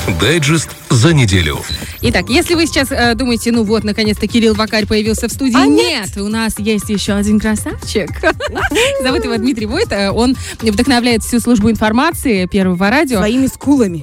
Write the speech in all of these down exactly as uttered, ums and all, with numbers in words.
Дайджест за неделю. Итак, если вы сейчас э, думаете, ну вот, наконец-то Кирилл Вакарь появился в студии. А нет. нет, у нас есть еще один красавчик. Зовут его Дмитрий Войт. Он вдохновляет всю службу информации Первого радио. Своими скулами.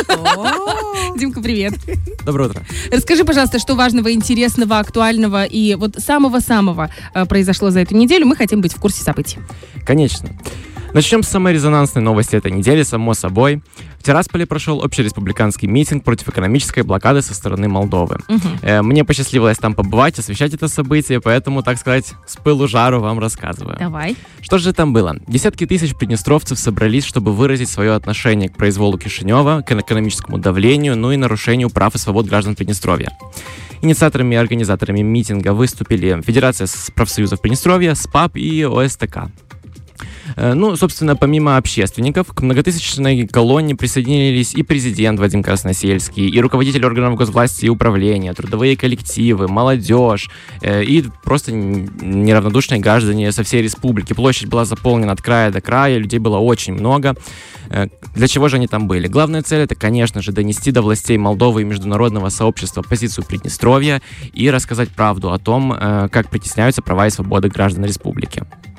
Димка, привет. Доброе утро. Расскажи, пожалуйста, что важного, интересного, актуального и вот самого-самого э, произошло за эту неделю. Мы хотим быть в курсе событий. Конечно. Начнем с самой резонансной новости этой недели, само собой. В Тирасполе прошел общереспубликанский митинг против экономической блокады со стороны Молдовы. Угу. Э, мне посчастливилось там побывать, освещать это событие, поэтому, так сказать, с пылу жару вам рассказываю. Давай. Что же там было? Десятки тысяч приднестровцев собрались, чтобы выразить свое отношение к произволу Кишинева, к экономическому давлению, ну и нарушению прав и свобод граждан Приднестровья. Инициаторами и организаторами митинга выступили Федерация профсоюзов Приднестровья, СПАП и о эс тэ ка. Ну, собственно, помимо общественников, к многотысячной колонне присоединились и президент Вадим Красносельский, и руководители органов госвласти и управления, трудовые коллективы, молодежь э, и просто неравнодушные граждане со всей республики. Площадь была заполнена от края до края, людей было очень много. Э, для чего же они там были? Главная цель — это, конечно же, донести до властей Молдовы и международного сообщества позицию Приднестровья и рассказать правду о том, э, как притесняются права и свободы граждан республики.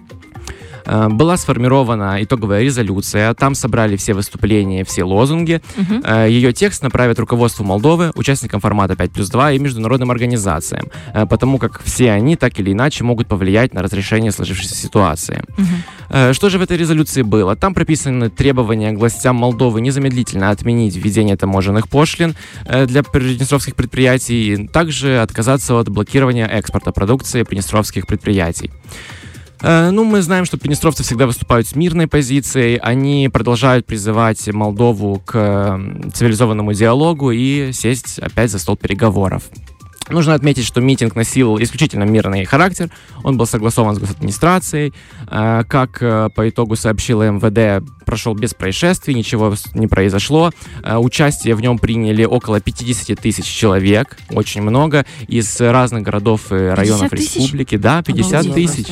Была сформирована итоговая резолюция, там собрали все выступления, все лозунги. Uh-huh. Ее текст направят руководству Молдовы, участникам формата пять плюс два и международным организациям, потому как все они так или иначе могут повлиять на разрешение сложившейся ситуации. Uh-huh. Что же в этой резолюции было? Там прописаны требования к властям Молдовы незамедлительно отменить введение таможенных пошлин для приднестровских предприятий, также отказаться от блокирования экспорта продукции приднестровских предприятий. Ну, мы знаем, что приднестровцы всегда выступают с мирной позицией, они продолжают призывать Молдову к цивилизованному диалогу и сесть опять за стол переговоров. Нужно отметить, что митинг носил исключительно мирный характер, он был согласован с госадминистрацией, как по итогу сообщила эм вэ дэ, прошел без происшествий, ничего не произошло. Участие в нем приняли около пятьдесят тысяч человек, очень много, из разных городов и районов республики. Да, пятьдесят тысяч.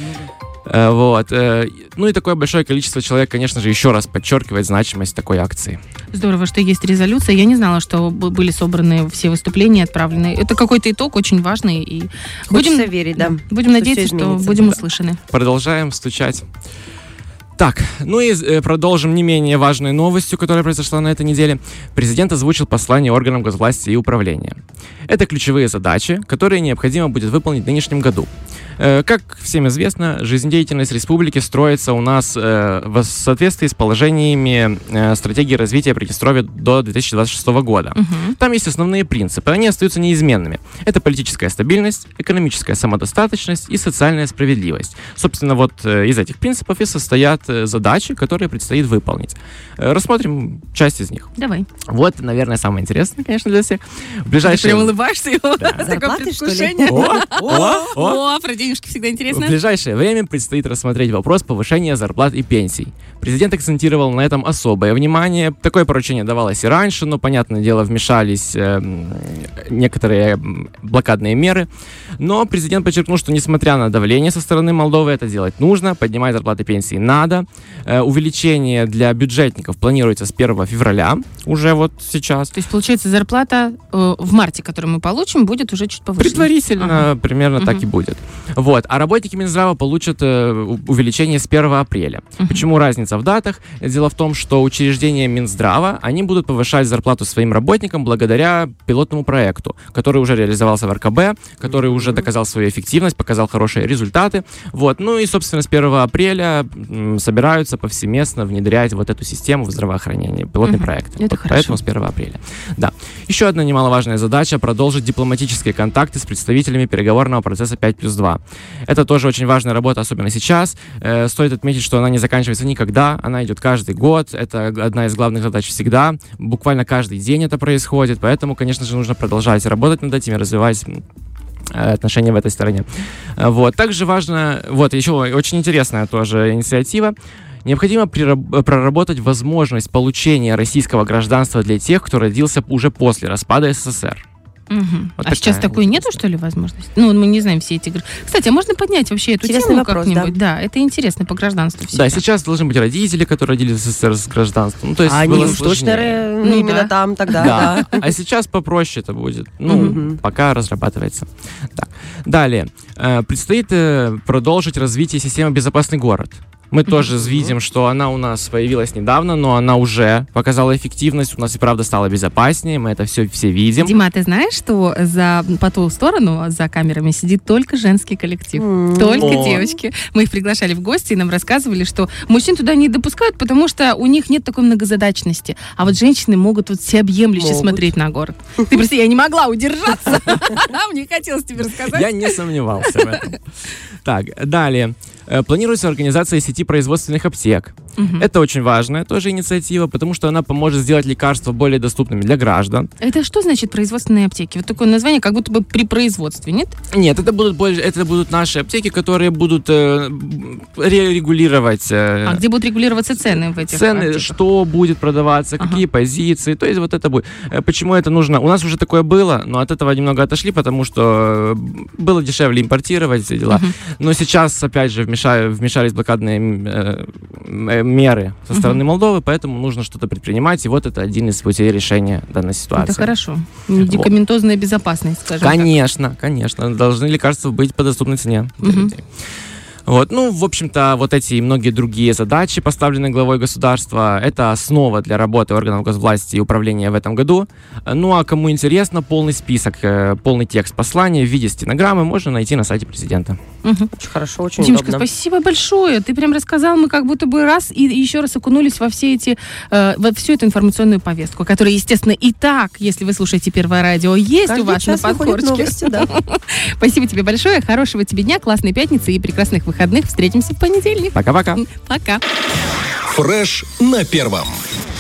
Вот. Ну и такое большое количество человек, конечно же, еще раз подчеркивает значимость такой акции. Здорово, что есть резолюция. Я не знала, что были собраны все выступления, отправлены. Это какой-то итог очень важный. И будем будем верить, да. Будем надеяться, что будем услышаны. Продолжаем стучать. Так, ну и э, продолжим не менее важной новостью, которая произошла на этой неделе. Президент озвучил послание органам госвласти и управления. Это ключевые задачи, которые необходимо будет выполнить в нынешнем году. Э, как всем известно, жизнедеятельность республики строится у нас э, в соответствии с положениями э, стратегии развития Приднестровья до две тысячи двадцать шестого года. Uh-huh. Там есть основные принципы, они остаются неизменными. Это политическая стабильность, экономическая самодостаточность и социальная справедливость. Собственно, вот э, из этих принципов и состоят задачи, которые предстоит выполнить. Рассмотрим часть из них. Давай. Вот, наверное, самое интересное, конечно, для всех. В ближайшие... Ты прям улыбаешься его. Да. Зарплаты, что ли? О, о, о, про денежки всегда интересно. В ближайшее время предстоит рассмотреть вопрос повышения зарплат и пенсий. Президент акцентировал на этом особое внимание. Такое поручение давалось и раньше, но, понятное дело, вмешались э, некоторые блокадные меры. Но президент подчеркнул, что, несмотря на давление со стороны Молдовы, это делать нужно, поднимать зарплаты и пенсии надо. Э, увеличение для бюджетников планируется с первого февраля, уже вот сейчас. То есть, получается, зарплата э, в марте, которую мы получим, будет уже чуть повышена? Предварительно, ага. примерно uh-huh. так и будет. Вот. А работники Минздрава получат э, увеличение с первого апреля. Uh-huh. Почему разница в датах? Дело в том, что учреждения Минздрава, они будут повышать зарплату своим работникам благодаря пилотному проекту, который уже реализовался в эр ка бэ, который uh-huh. уже доказал свою эффективность, показал хорошие результаты. Вот. Ну и, собственно, с первого апреля м, собираются повсеместно внедрять вот эту систему в здравоохранении, пилотный uh-huh. проект. Это вот хорошо. Поэтому с первого апреля. Да. Еще одна немаловажная задача — продолжить дипломатические контакты с представителями переговорного процесса пять плюс два. Это тоже очень важная работа, особенно сейчас. Э, стоит отметить, что она не заканчивается никогда, она идет каждый год, это одна из главных задач всегда, буквально каждый день это происходит, поэтому, конечно же, нужно продолжать работать над этим и развивать отношения в этой стороне. Вот. Также важно, вот еще очень интересная тоже инициатива. Необходимо проработать возможность получения российского гражданства для тех, кто родился уже после распада эс эс эс эр. Угу. Вот А сейчас такой нету, что ли, возможности? Ну, мы не знаем все эти... Кстати, а можно поднять вообще эту Интересный тему вопрос, как-нибудь? Да. да, это интересно по гражданству всегда. Да, сейчас должны быть родители, которые родились в СССР с гражданством. Ну, то есть а было они уж точно сложнее. ну, именно да. там тогда, Да. да. А сейчас попроще это будет. Ну, Мгм. пока разрабатывается. Так. Далее. Э, Предстоит э, продолжить развитие системы «Безопасный город». Мы тоже видим, что она у нас появилась недавно, но она уже показала эффективность. У нас и правда стало безопаснее. Мы это все, все видим. Дима, ты знаешь, что за, по ту сторону, за камерами, сидит только женский коллектив? М. Только О. девочки. Мы их приглашали в гости и нам рассказывали, что мужчин туда не допускают, потому что у них нет такой многозадачности. А вот женщины могут вот всеобъемлюще Могут. смотреть на город. Ты прости, я не могла удержаться. Мне хотелось тебе рассказать. Я не сомневался в этом. Так, далее. Э, Планируется организация сети производственных аптек. Мгм. Это очень важная тоже инициатива, потому что она поможет сделать лекарства более доступными для граждан. Это что значит производственные аптеки? Вот такое название, как будто бы при производстве, нет? Нет, это будут больше, это будут наши аптеки, которые будут э, ре- регулировать э, А где будут регулироваться цены в этих цены, аптеках? что будет продаваться, Ага. какие позиции. То есть вот это будет. Э, Почему это нужно? У нас уже такое было, но от этого немного отошли, потому что э, было дешевле импортировать все дела. Мгм. Но сейчас, опять же, вмеша- вмешались блокадные э, э, меры со стороны Молдовы, поэтому нужно что-то предпринимать, и вот это один из путей решения данной ситуации. Это хорошо. Медикаментозная безопасность, скажем так. Конечно, конечно. Должны лекарства быть по доступной цене для Мгм. людей. Вот. Ну, в общем-то, вот эти и многие другие задачи, поставленные главой государства, это основа для работы органов госвласти и управления в этом году. Ну, а кому интересно, полный список, э, полный текст послания в виде стенограммы можно найти на сайте президента. Мгм. Очень хорошо, очень Димочка, удобно. спасибо большое. Ты прям рассказал, мы как будто бы раз и еще раз окунулись во все эти, э, во всю эту информационную повестку, которая, естественно, и так, если вы слушаете Первое радио, есть Каждый у вас на час выходят подкорочке. новости, да. Спасибо тебе большое. Хорошего тебе дня, классной пятницы и прекрасных выходных. Встретимся в понедельник. Пока-пока. Пока. Фреш на первом.